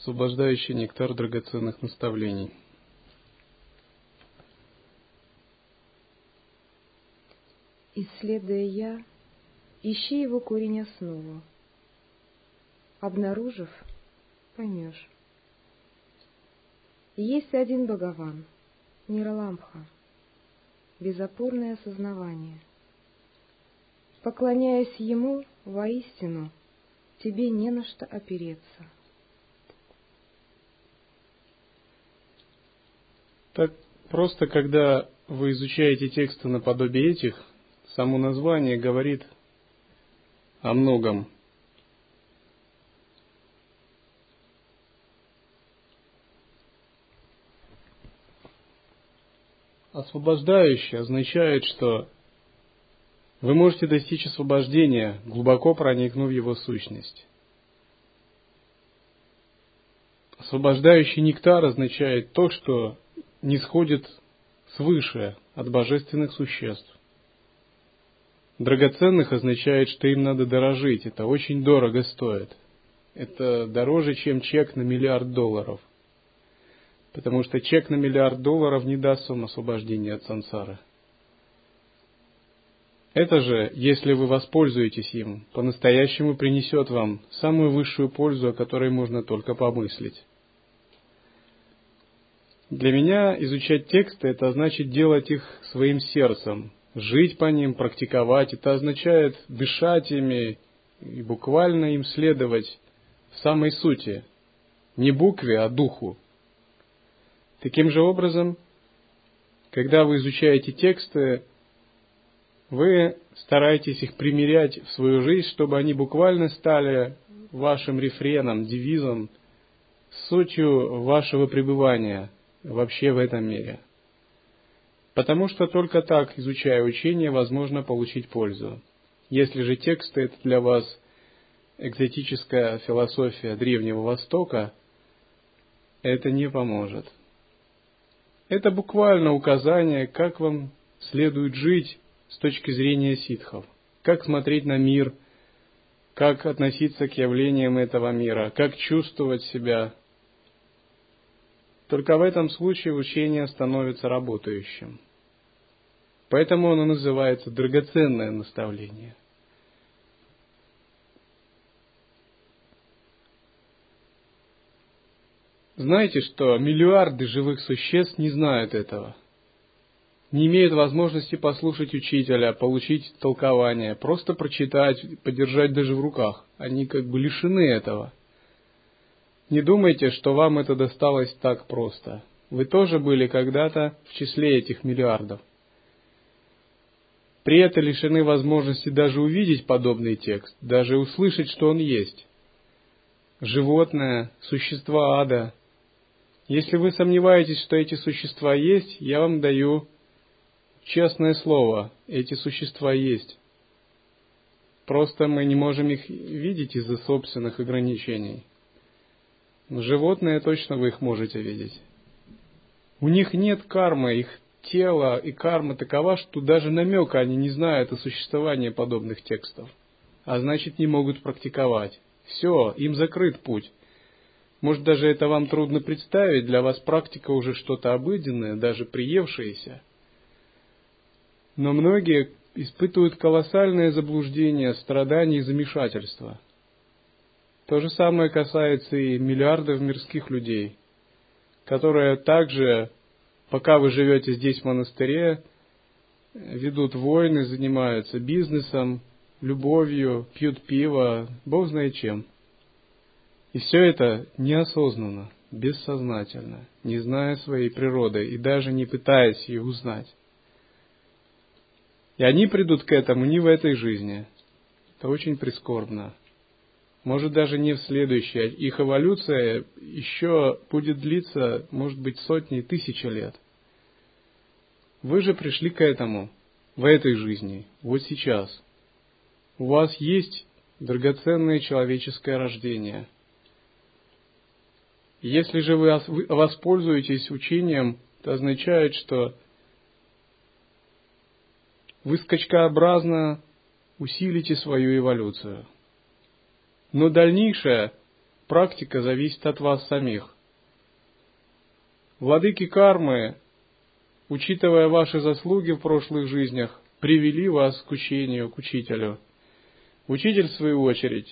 освобождающий нектар драгоценных наставлений. Исследуя «я», ищи его корень основу. Обнаружив, поймешь. Есть один Бхагаван, Нираламбха, безопорное осознавание. Поклоняясь ему, воистину, тебе не на что опереться. Так просто, когда вы изучаете тексты наподобие этих, само название говорит о многом. Освобождающий означает, что вы можете достичь освобождения, глубоко проникнув в его сущность. Освобождающий нектар означает то, что нисходит свыше от божественных существ. Драгоценных означает, что им надо дорожить, это очень дорого стоит. Это дороже, чем чек на $1 миллиард. Потому что чек на $1 миллиард не даст вам освобождения от сансары. Это же, если вы воспользуетесь им, по-настоящему принесет вам самую высшую пользу, о которой можно только помыслить. Для меня изучать тексты – это значит делать их своим сердцем, жить по ним, практиковать. Это означает дышать ими и буквально им следовать в самой сути. Не букве, а духу. Таким же образом, когда вы изучаете тексты, вы стараетесь их примерять в свою жизнь, чтобы они буквально стали вашим рефреном, девизом, сутью вашего пребывания вообще в этом мире. Потому что только так, изучая учение, возможно получить пользу. Если же тексты – это для вас экзотическая философия Древнего Востока, это не поможет. Это буквально указание, как вам следует жить с точки зрения ситхов, как смотреть на мир, как относиться к явлениям этого мира, как чувствовать себя. Только в этом случае учение становится работающим. Поэтому оно называется драгоценное наставление. Знаете, что миллиарды живых существ не знают этого, не имеют возможности послушать учителя, получить толкование, просто прочитать, подержать даже в руках. Они как бы лишены этого. Не думайте, что вам это досталось так просто. Вы тоже были когда-то в числе этих миллиардов. При этом лишены возможности даже увидеть подобный текст, даже услышать, что он есть. Животное, существа ада. Если вы сомневаетесь, что эти существа есть, я вам даю честное слово, эти существа есть. Просто мы не можем их видеть из-за собственных ограничений. Но животные точно вы их можете видеть. У них нет кармы, их тело и карма такова, что даже намека они не знают о существовании подобных текстов. А значит, не могут практиковать. Все, им закрыт путь. Может, даже это вам трудно представить, для вас практика уже что-то обыденное, даже приевшееся. Но многие испытывают колоссальное заблуждение, страдания и замешательства. То же самое касается и миллиардов мирских людей, которые также, пока вы живете здесь в монастыре, ведут войны, занимаются бизнесом, любовью, пьют пиво, Бог знает чем. И все это неосознанно, бессознательно, не зная своей природы и даже не пытаясь ее узнать. И они придут к этому не в этой жизни. Это очень прискорбно. Может, даже не в следующей. Их эволюция еще будет длиться, может быть, сотни, тысячи лет. Вы же пришли к этому в этой жизни, вот сейчас. У вас есть драгоценное человеческое рождение. Если же вы воспользуетесь учением, это означает, что вы скачкообразно усилите свою эволюцию. Но дальнейшее практика зависит от вас самих. Владыки кармы, учитывая ваши заслуги в прошлых жизнях, привели вас к учению, к учителю. Учитель, в свою очередь,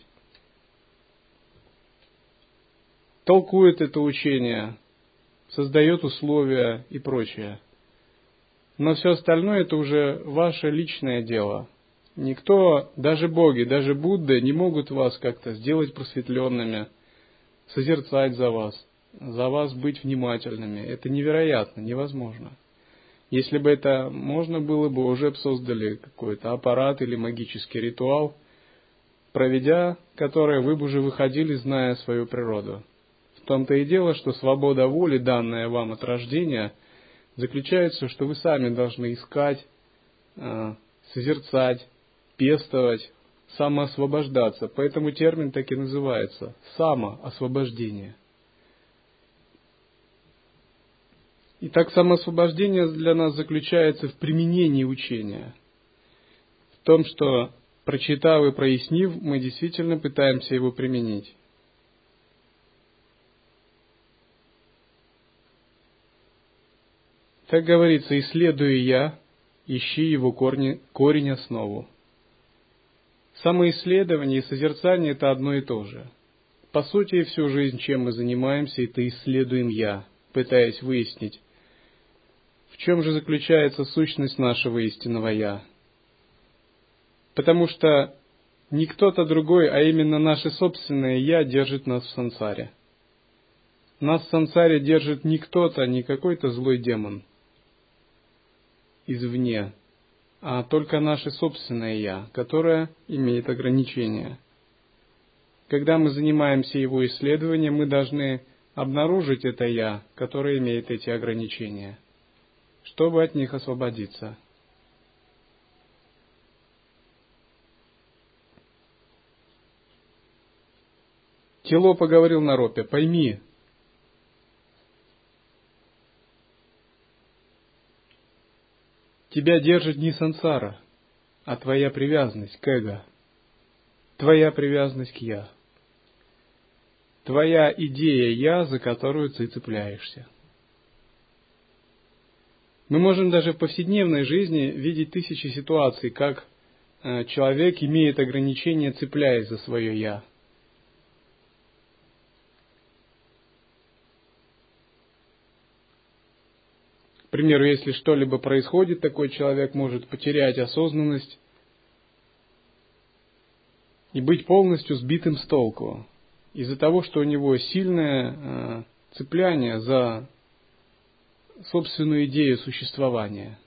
толкует это учение, создает условия и прочее. Но все остальное это уже ваше личное дело. Никто, даже боги, даже Будды не могут вас как-то сделать просветленными, созерцать за вас быть внимательными. Это невероятно, невозможно. Если бы это можно было бы, уже бы создали какой-то аппарат или магический ритуал, проведя который вы бы уже выходили, зная свою природу. В том-то и дело, что свобода воли, данная вам от рождения, заключается, что вы сами должны искать, созерцать, пестовать, самоосвобождаться. Поэтому термин так и называется – самоосвобождение. Итак, самоосвобождение для нас заключается в применении учения. В том, что, прочитав и прояснив, мы действительно пытаемся его применить. Так говорится, исследуя я, ищи его корень основу. Самоисследование и созерцание – это одно и то же. По сути, всю жизнь, чем мы занимаемся, это исследуем я, пытаясь выяснить, в чем же заключается сущность нашего истинного я. Потому что не кто-то другой, а именно наше собственное я держит нас в сансаре. Нас в сансаре держит не кто-то, не какой-то злой демон извне, а только наше собственное я, которое имеет ограничения. Когда мы занимаемся его исследованием, мы должны обнаружить это я, которое имеет эти ограничения, чтобы от них освободиться. Тилопа говорил Наропе: пойми, тебя держит не сансара, а твоя привязанность к эго, твоя привязанность к я, твоя идея я, за которую ты цепляешься. Мы можем даже в повседневной жизни видеть тысячи ситуаций, как человек имеет ограничения, цепляясь за свое я. К примеру, если что-либо происходит, такой человек может потерять осознанность и быть полностью сбитым с толку из-за того, что у него сильное цепляние за собственную идею существования.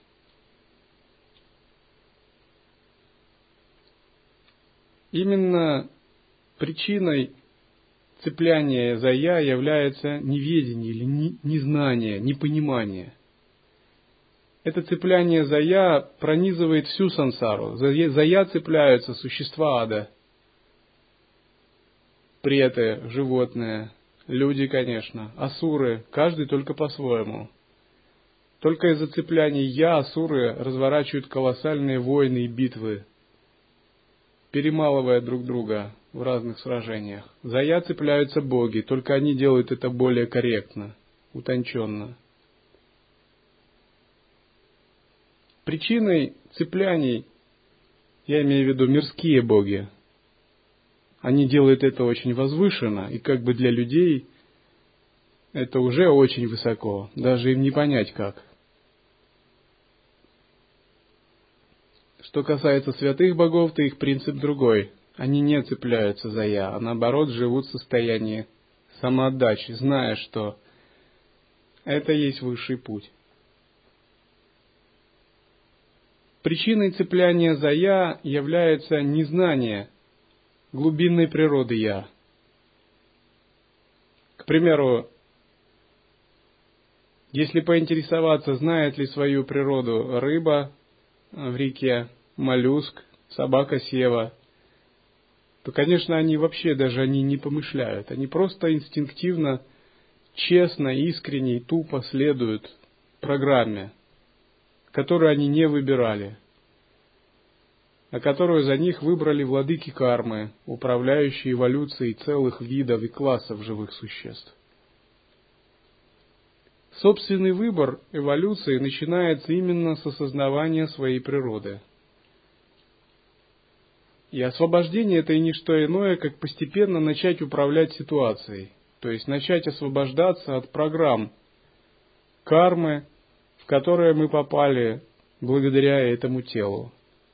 Именно причиной цепляния за «я» является неведение или незнание, непонимание. Это цепляние за «я» пронизывает всю сансару. За «я» цепляются существа ада, преты, животные, люди, конечно, асуры, каждый только по-своему. Только из-за цепляний «я» асуры разворачивают колоссальные войны и битвы, перемалывая друг друга в разных сражениях. За «я» цепляются боги, только они делают это более корректно, утонченно. Причиной цепляний, я имею в виду мирские боги, они делают это очень возвышенно, и как бы для людей это уже очень высоко, даже им не понять как. Что касается святых богов, то их принцип другой. Они не цепляются за «я», а наоборот живут в состоянии самоотдачи, зная, что это есть высший путь. Причиной цепляния за «я» является незнание глубинной природы «я». К примеру, если поинтересоваться, знает ли свою природу рыба в реке, моллюск, собака Сева, то, конечно, они вообще даже не помышляют. Они просто инстинктивно, честно, искренне и тупо следуют программе, которую они не выбирали. а которую за них выбрали владыки кармы, управляющие эволюцией целых видов и классов живых существ. Собственный выбор эволюции начинается именно с осознавания своей природы. И освобождение — это и не что иное, как постепенно начать управлять ситуацией, то есть начать освобождаться от программ кармы, в которые мы попали благодаря этому телу.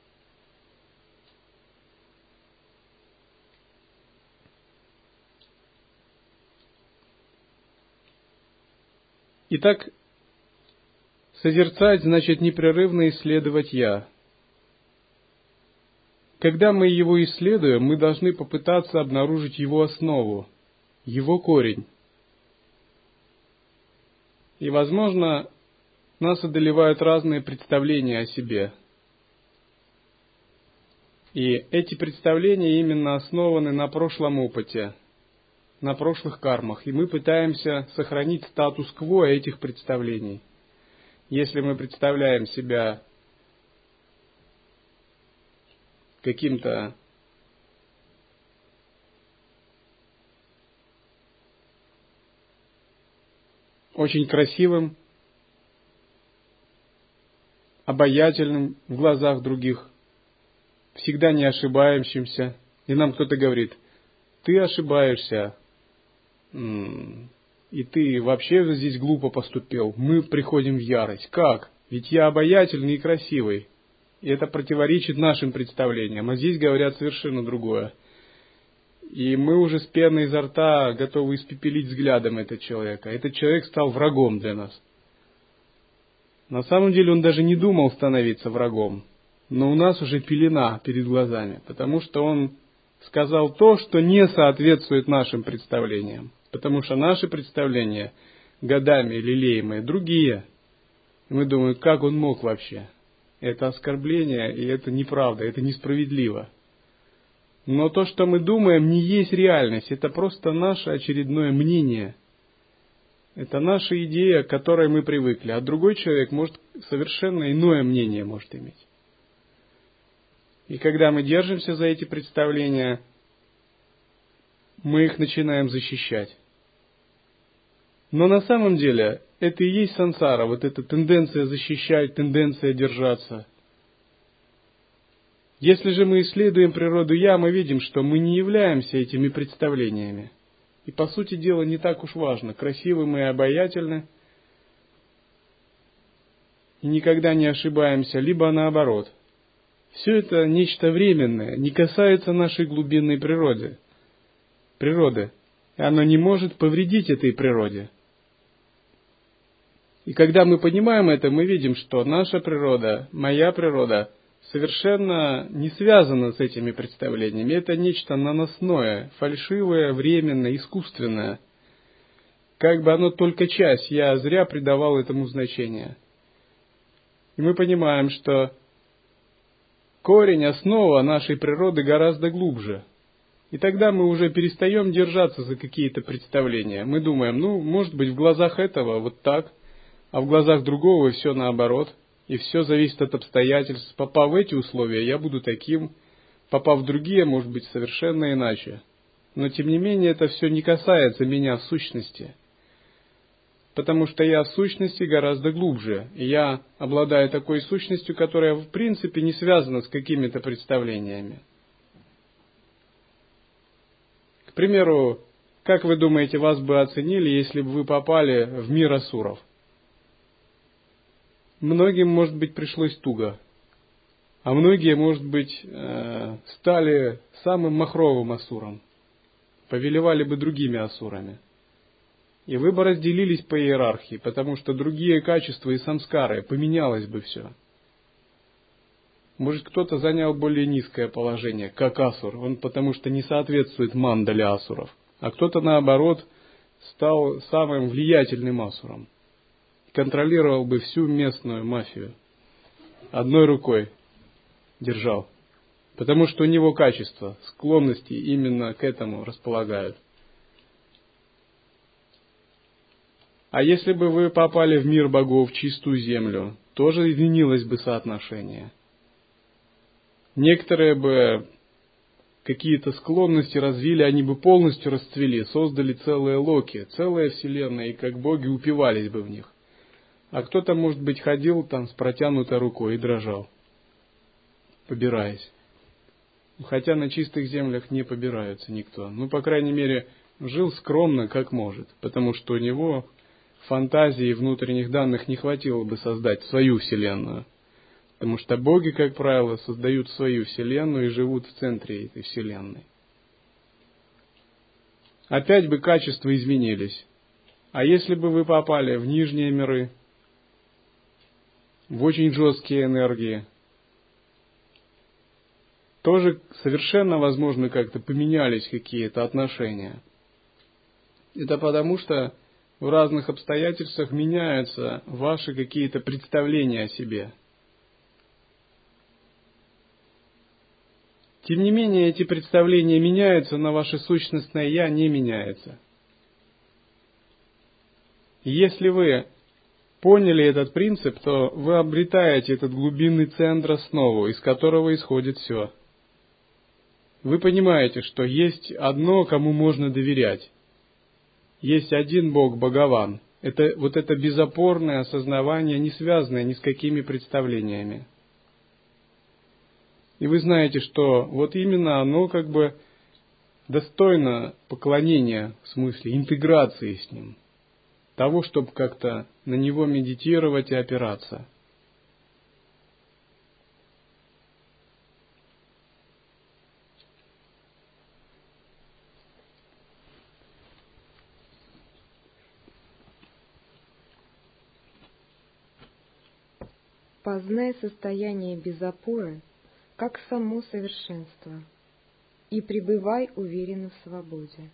Итак, созерцать значит непрерывно исследовать «я». Когда мы его исследуем, мы должны попытаться обнаружить его основу, его корень. И, возможно, нас одолевают разные представления о себе. И эти представления именно основаны на прошлом опыте, на прошлых кармах. И мы пытаемся сохранить статус-кво этих представлений. Если мы представляем себя каким-то очень красивым, обаятельным в глазах других, всегда не ошибающимся, и нам кто-то говорит: ты ошибаешься, и ты вообще здесь глупо поступил, мы приходим в ярость. Как? Ведь я обаятельный и красивый. И это противоречит нашим представлениям. А здесь говорят совершенно другое. И мы уже с пеной изо рта готовы испепелить взглядом этого человека. Этот человек стал врагом для нас. На самом деле он даже не думал становиться врагом. Но у нас уже пелена перед глазами. Потому что он сказал то, что не соответствует нашим представлениям. Потому что наши представления, годами лелеемые, другие. И мы думаем, как он мог вообще? Это оскорбление, и это неправда, это несправедливо. Но то, что мы думаем, не есть реальность, это просто наше очередное мнение. Это наша идея, к которой мы привыкли, а другой человек может совершенно иное мнение может иметь. И когда мы держимся за эти представления, мы их начинаем защищать. Но на самом деле это и есть сансара, вот эта тенденция защищать, тенденция держаться. Если же мы исследуем природу «я», мы видим, что мы не являемся этими представлениями. И по сути дела не так уж важно, красивы мы и обаятельны, и никогда не ошибаемся, либо наоборот. Все это нечто временное, не касается нашей глубинной природы. И оно не может повредить этой природе. И когда мы понимаем это, мы видим, что наша природа, моя природа, совершенно не связана с этими представлениями. Это нечто наносное, фальшивое, временное, искусственное. Как бы оно только часть, я зря придавал этому значение. И мы понимаем, что корень, основа нашей природы гораздо глубже. И тогда мы уже перестаем держаться за какие-то представления. Мы думаем, может быть, в глазах этого вот так, а в глазах другого все наоборот. И все зависит от обстоятельств. Попав в эти условия, я буду таким. Попав в другие, может быть, совершенно иначе. Но, тем не менее, это все не касается меня в сущности. Потому что я в сущности гораздо глубже. И я обладаю такой сущностью, которая в принципе не связана с какими-то представлениями. К примеру, как вы думаете, вас бы оценили, если бы вы попали в мир асуров? Многим, может быть, пришлось туго. А многие, может быть, стали самым махровым асуром. Повелевали бы другими асурами. И вы бы разделились по иерархии, потому что другие качества и самскары, поменялось бы все. Может, кто-то занял более низкое положение, как асур, он потому что не соответствует мандале асуров. А кто-то, наоборот, стал самым влиятельным асуром. Контролировал бы всю местную мафию. Одной рукой держал. Потому что у него качества, склонности именно к этому располагают. А если бы вы попали в мир богов, в чистую землю, тоже изменилось бы соотношение. Некоторые бы какие-то склонности развили, они бы полностью расцвели, создали целые локи, целая вселенная, и как боги упивались бы в них. А кто-то, может быть, ходил там с протянутой рукой и дрожал, побираясь. Хотя на чистых землях не побираются никто. Ну, по крайней мере, жил скромно, как может, потому что у него фантазии и внутренних данных не хватило бы создать свою вселенную. Потому что боги, как правило, создают свою вселенную и живут в центре этой вселенной. Опять бы качества изменились. А если бы вы попали в нижние миры, в очень жесткие энергии, тоже совершенно возможно как-то поменялись какие-то отношения. Это потому что в разных обстоятельствах меняются ваши какие-то представления о себе. Тем не менее, эти представления меняются, но ваше сущностное «я» не меняется. И если вы поняли этот принцип, то вы обретаете этот глубинный центр, основу, из которого исходит все. Вы понимаете, что есть одно, кому можно доверять. Есть один Бог, Бхагаван. Это вот это безопорное осознавание, не связанное ни с какими представлениями. И вы знаете, что вот именно оно как бы достойно поклонения, в смысле интеграции с ним. Того, чтобы как-то на него медитировать и опираться. Познай состояние без опоры, как само совершенство, и пребывай уверенно в свободе.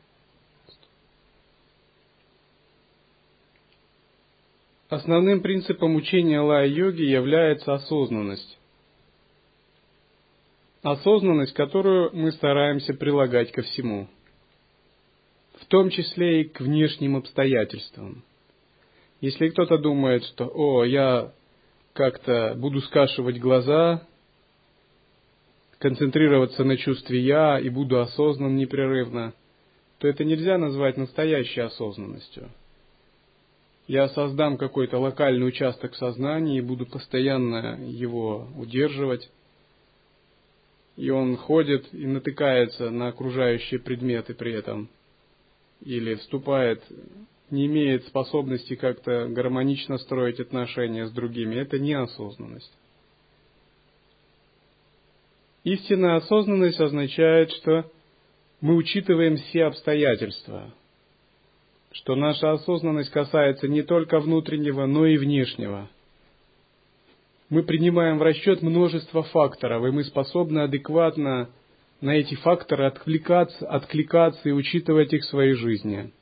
Основным принципом учения лая-йоги является осознанность. Осознанность, которую мы стараемся прилагать ко всему, в том числе и к внешним обстоятельствам. Если кто-то думает, что я как-то буду скашивать глаза, концентрироваться на чувстве «я» и буду осознан непрерывно, то это нельзя назвать настоящей осознанностью. Я создам какой-то локальный участок сознания и буду постоянно его удерживать, и он ходит и натыкается на окружающие предметы при этом, или вступает, не имеет способности как-то гармонично строить отношения с другими. Это не осознанность. Истинная осознанность означает, что мы учитываем все обстоятельства, что наша осознанность касается не только внутреннего, но и внешнего. Мы принимаем в расчет множество факторов, и мы способны адекватно на эти факторы откликаться и учитывать их в своей жизни.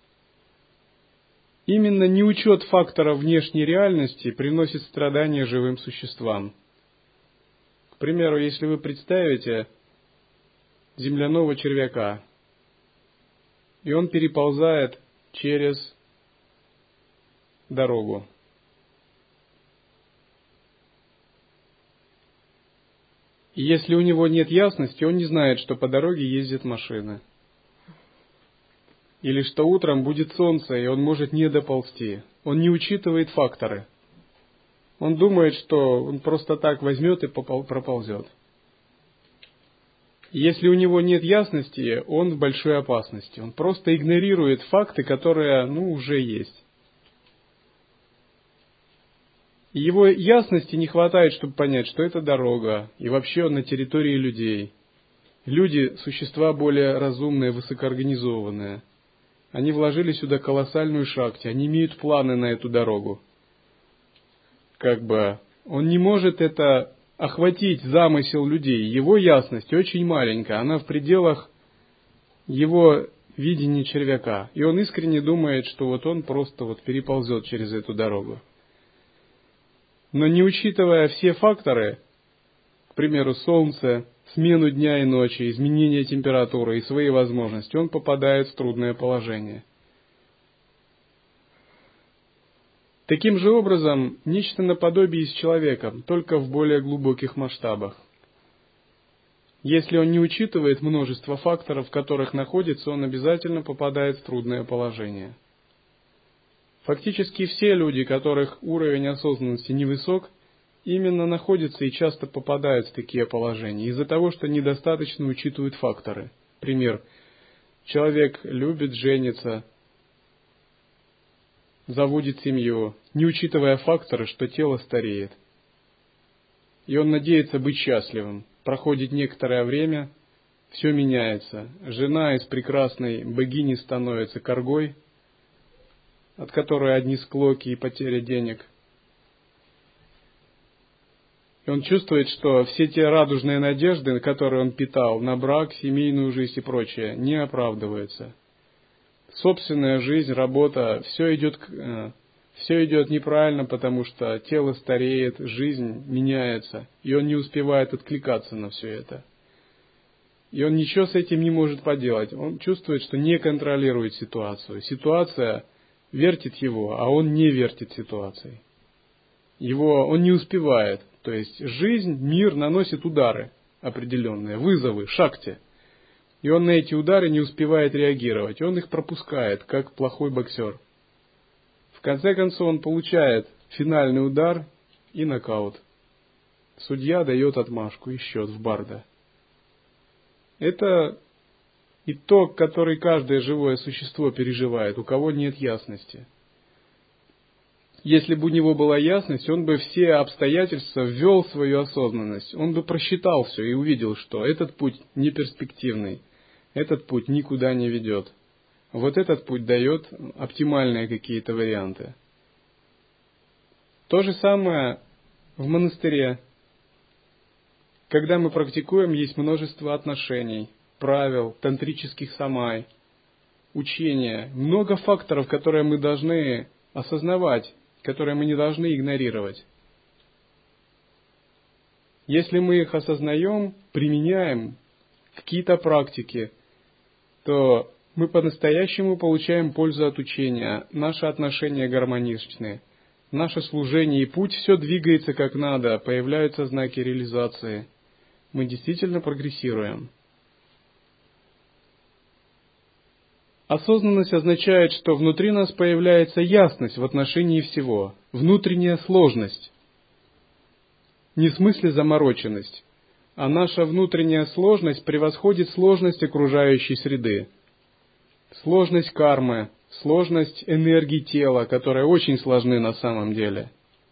Именно неучет факторов внешней реальности приносит страдания живым существам. К примеру, если вы представите земляного червяка, и он переползает через дорогу. И если у него нет ясности, он не знает, что по дороге ездят машины. Или что утром будет солнце, и он может не доползти. Он не учитывает факторы. Он думает, что он просто так возьмет и проползет. Если у него нет ясности, он в большой опасности. Он просто игнорирует факты, которые, уже есть. И его ясности не хватает, чтобы понять, что это дорога, и вообще он на территории людей. Люди – существа более разумные, высокоорганизованные. Они вложили сюда колоссальную шакти, они имеют планы на эту дорогу. Он не может это охватить замысел людей. Его ясность очень маленькая, она в пределах его видения червяка. И он искренне думает, что он просто переползет через эту дорогу. Но не учитывая все факторы, к примеру, солнце, смену дня и ночи, изменение температуры и свои возможности, он попадает в трудное положение. Таким же образом, нечто наподобие с человеком, только в более глубоких масштабах. Если он не учитывает множество факторов, в которых находится, он обязательно попадает в трудное положение. Фактически все люди, которых уровень осознанности невысок, именно находятся и часто попадают в такие положения из-за того, что недостаточно учитывают факторы. Пример. Человек любит жениться, заводит семью, не учитывая факторы, что тело стареет. И он надеется быть счастливым. Проходит некоторое время, все меняется. Жена из прекрасной богини становится коргой, от которой одни склоки и потеря денег. И он чувствует, что все те радужные надежды, которые он питал на брак, семейную жизнь и прочее, не оправдываются. Собственная жизнь, работа, все идет неправильно, потому что тело стареет, жизнь меняется, и он не успевает откликаться на все это. И он ничего с этим не может поделать. Он чувствует, что не контролирует ситуацию. Ситуация вертит его, а он не вертит ситуацией. Он не успевает. То есть жизнь, мир наносит удары определенные, вызовы, шакти. И он на эти удары не успевает реагировать. Он их пропускает, как плохой боксер. В конце концов он получает финальный удар и нокаут. Судья дает отмашку и счет в барда. Это итог, который каждое живое существо переживает, у кого нет ясности. Если бы у него была ясность, он бы все обстоятельства ввел в свою осознанность. Он бы просчитал все и увидел, что этот путь не перспективный, этот путь никуда не ведет. Вот этот путь дает оптимальные какие-то варианты. То же самое в монастыре. Когда мы практикуем, есть множество отношений, правил, тантрических самай, учения. Много факторов, которые мы должны осознавать, которые мы не должны игнорировать. Если мы их осознаем, применяем какие-то практики, то мы по-настоящему получаем пользу от учения, наши отношения гармоничны, наше служение и путь, все двигается как надо, появляются знаки реализации. Мы действительно прогрессируем. Осознанность означает, что внутри нас появляется ясность в отношении всего, внутренняя сложность. Не в смысле замороченность, а наша внутренняя сложность превосходит сложность окружающей среды. Сложность кармы, сложность энергии тела, которые очень сложны на самом деле.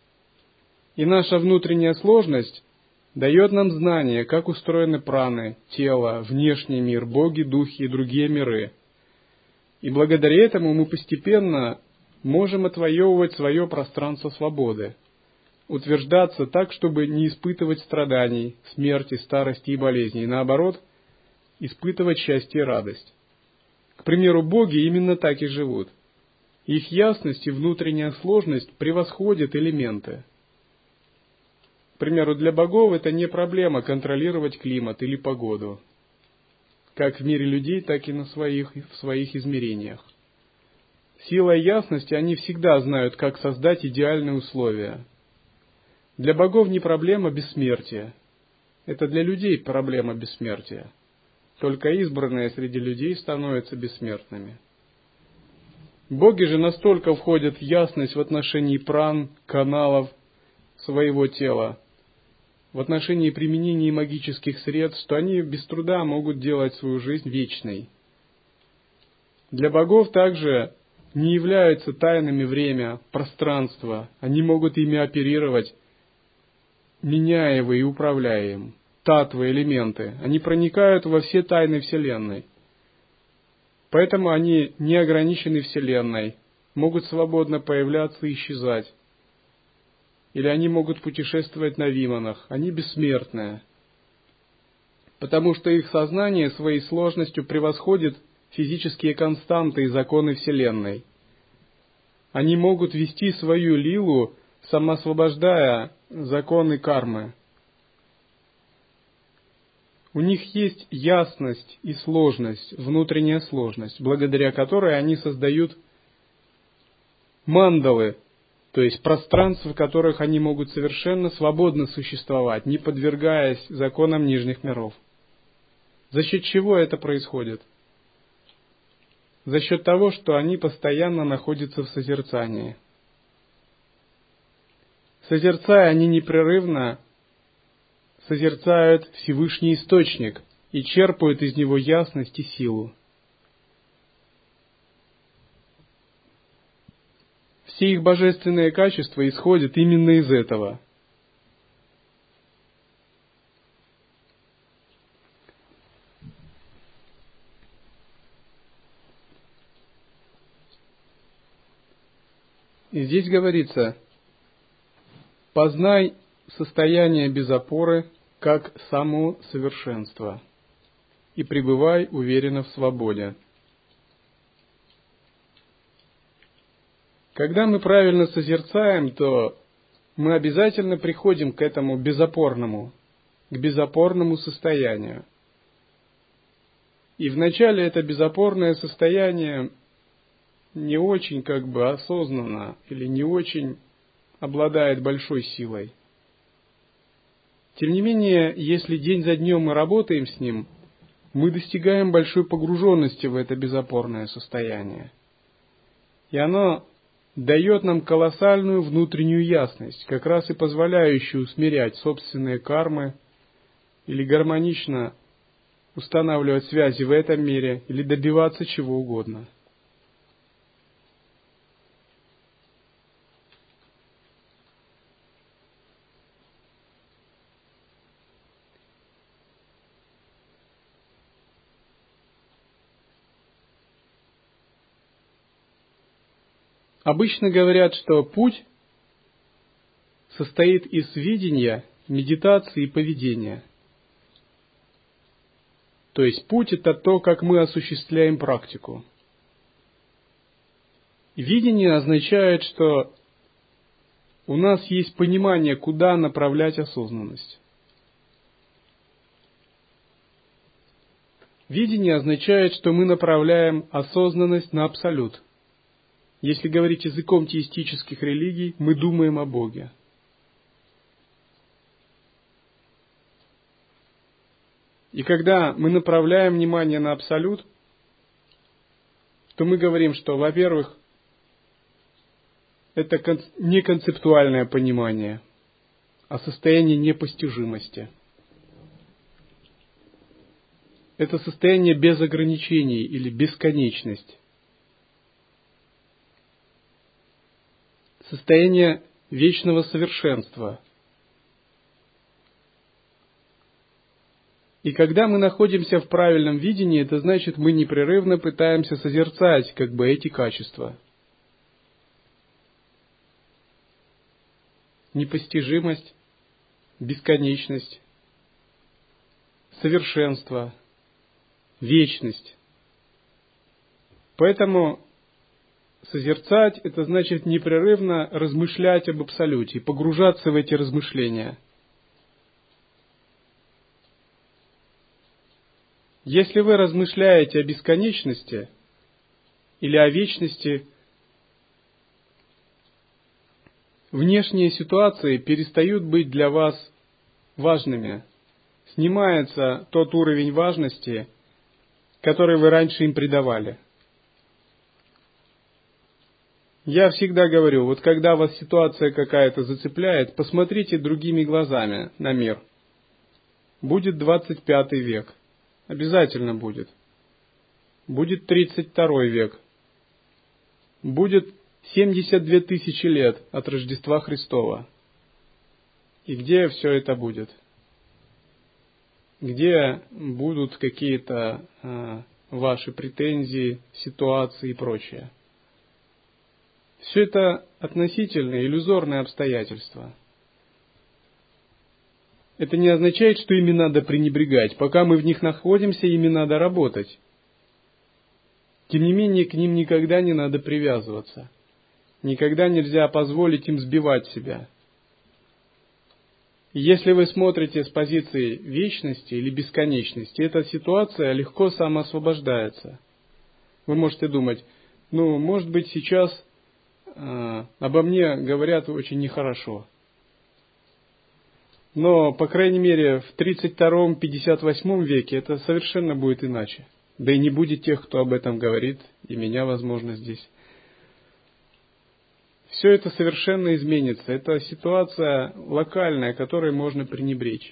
И наша внутренняя сложность дает нам знание, как устроены праны, тело, внешний мир, боги, духи и другие миры. И благодаря этому мы постепенно можем отвоевывать свое пространство свободы, утверждаться так, чтобы не испытывать страданий, смерти, старости и болезней, наоборот, испытывать счастье и радость. К примеру, боги именно так и живут. Их ясность и внутренняя сложность превосходят элементы. К примеру, для богов это не проблема контролировать климат или погоду, как в мире людей, так и в своих измерениях. Силой ясности они всегда знают, как создать идеальные условия. Для богов не проблема бессмертия. Это для людей проблема бессмертия. Только избранные среди людей становятся бессмертными. Боги же настолько входят в ясность в отношении пран, каналов своего тела, в отношении применения магических средств, что они без труда могут делать свою жизнь вечной. Для богов также не являются тайнами время, пространство. Они могут ими оперировать, меняя его и управляя им. Татвы, элементы. Они проникают во все тайны Вселенной. Поэтому они не ограничены Вселенной, могут свободно появляться и исчезать. Или они могут путешествовать на виманах. Они бессмертные. Потому что их сознание своей сложностью превосходит физические константы и законы Вселенной. Они могут вести свою лилу, самоосвобождая законы кармы. У них есть ясность и сложность, внутренняя сложность, благодаря которой они создают мандалы, то есть пространства, в которых они могут совершенно свободно существовать, не подвергаясь законам нижних миров. За счет чего это происходит? За счет того, что они постоянно находятся в созерцании. Созерцая, они непрерывно созерцают Всевышний Источник и черпают из него ясность и силу. Все их божественные качества исходят именно из этого. И здесь говорится: познай состояние без опоры, как само совершенство, и пребывай уверенно в свободе. Когда мы правильно созерцаем, то мы обязательно приходим к этому безопорному состоянию. И вначале это безопорное состояние не очень осознанно или не очень обладает большой силой. Тем не менее, если день за днем мы работаем с ним, мы достигаем большой погруженности в это безопорное состояние. И оно дает нам колоссальную внутреннюю ясность, как раз и позволяющую усмирять собственные кармы или гармонично устанавливать связи в этом мире или добиваться чего угодно. Обычно говорят, что путь состоит из видения, медитации и поведения. То есть путь — это то, как мы осуществляем практику. Видение означает, что у нас есть понимание, куда направлять осознанность. Видение означает, что мы направляем осознанность на абсолют. Если говорить языком теистических религий, мы думаем о Боге. И когда мы направляем внимание на абсолют, то мы говорим, что, во-первых, это не концептуальное понимание, а состояние непостижимости. Это состояние без ограничений или бесконечность. Состояние вечного совершенства. И когда мы находимся в правильном видении, это значит, мы непрерывно пытаемся созерцать эти качества. Непостижимость, бесконечность, совершенство, вечность. Поэтому созерцать — это значит непрерывно размышлять об абсолюте, погружаться в эти размышления. Если вы размышляете о бесконечности или о вечности, внешние ситуации перестают быть для вас важными. Снимается тот уровень важности, который вы раньше им придавали. Я всегда говорю, когда вас ситуация какая-то зацепляет, посмотрите другими глазами на мир. Будет 25 век. Обязательно будет. Будет 32 век. Будет 72 тысячи лет от Рождества Христова. И где все это будет? Где будут какие-то ваши претензии, ситуации и прочее? Все это относительные, иллюзорные обстоятельства. Это не означает, что ими надо пренебрегать. Пока мы в них находимся, ими надо работать. Тем не менее, к ним никогда не надо привязываться. Никогда нельзя позволить им сбивать себя. И если вы смотрите с позиции вечности или бесконечности, эта ситуация легко самоосвобождается. Вы можете думать, может быть, сейчас обо мне говорят очень нехорошо. Но, по крайней мере, в 32-58 веке это совершенно будет иначе. Да и не будет тех, кто об этом говорит, и меня, возможно, здесь. Все это совершенно изменится. Это ситуация локальная, которой можно пренебречь.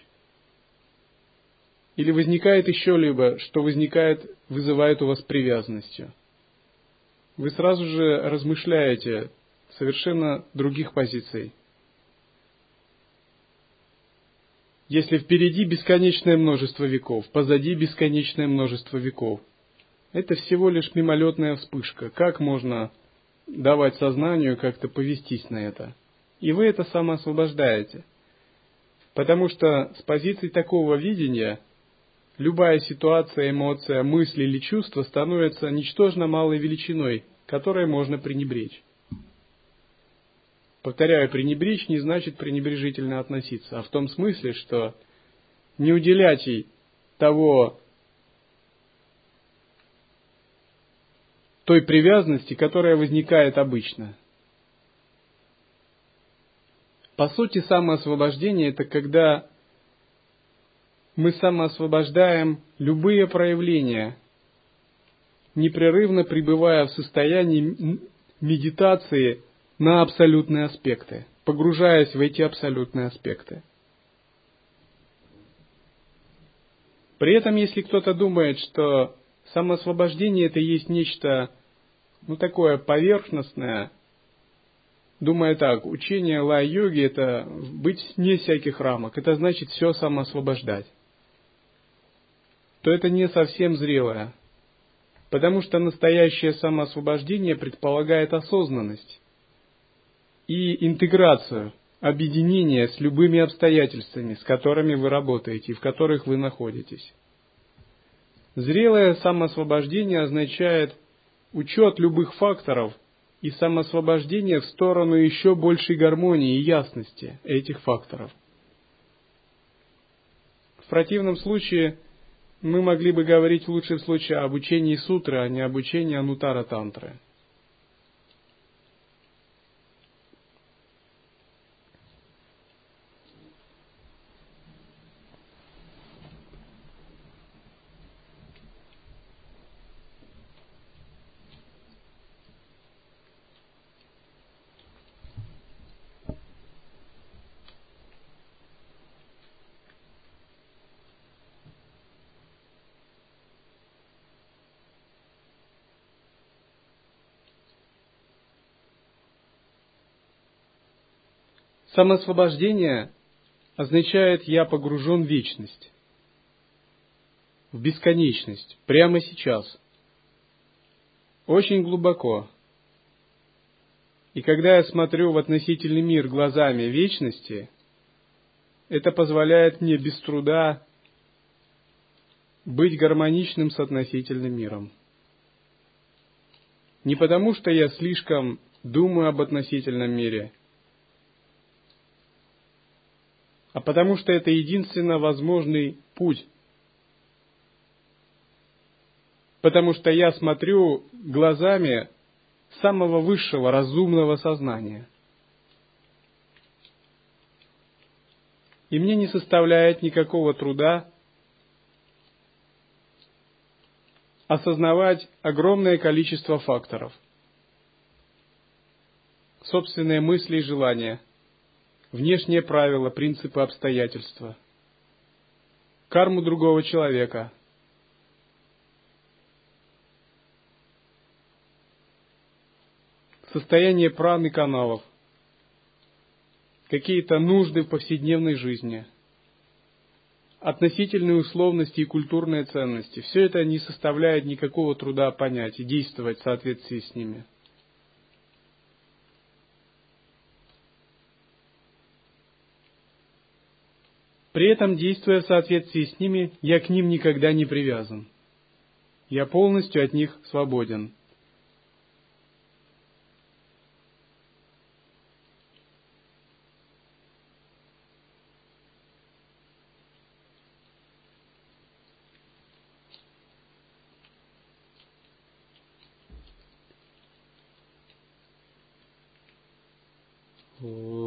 Или возникает еще либо, что вызывает у вас привязанностью. Вы сразу же размышляете совершенно других позиций. Если впереди бесконечное множество веков, позади бесконечное множество веков, это всего лишь мимолетная вспышка. Как можно давать сознанию как-то повестись на это? И вы это самоосвобождаете. Потому что с позиции такого видения любая ситуация, эмоция, мысль или чувство становится ничтожно малой величиной, которой можно пренебречь. Повторяю, пренебречь не значит пренебрежительно относиться, а в том смысле, что не уделять ей той привязанности, которая возникает обычно. По сути, самоосвобождение – это когда мы самоосвобождаем любые проявления, непрерывно пребывая в состоянии медитации на абсолютные аспекты, погружаясь в эти абсолютные аспекты. При этом, если кто-то думает, что самоосвобождение это есть нечто, такое поверхностное, думая так, учение лай-йоги это быть вне всяких рамок, это значит все самоосвобождать, то это не совсем зрелое, потому что настоящее самоосвобождение предполагает осознанность и интеграцию, объединение с любыми обстоятельствами, с которыми вы работаете и в которых вы находитесь. Зрелое самоосвобождение означает учет любых факторов и самоосвобождение в сторону еще большей гармонии и ясности этих факторов. В противном случае мы могли бы говорить в лучшем случае об учении сутры, а не об учении анутара-тантры. Самоосвобождение означает «я погружен в вечность», в бесконечность, прямо сейчас, очень глубоко. И когда я смотрю в относительный мир глазами вечности, это позволяет мне без труда быть гармоничным с относительным миром. Не потому, что я слишком думаю об относительном мире, а потому что это единственно возможный путь. Потому что я смотрю глазами самого высшего разумного сознания. И мне не составляет никакого труда осознавать огромное количество факторов. Собственные мысли и желания, внешние правила, принципы, обстоятельства, карму другого человека, состояние праны каналов, какие-то нужды в повседневной жизни, относительные условности и культурные ценности. Все это не составляет никакого труда понять и действовать в соответствии с ними. При этом, действуя в соответствии с ними, я к ним никогда не привязан. Я полностью от них свободен. О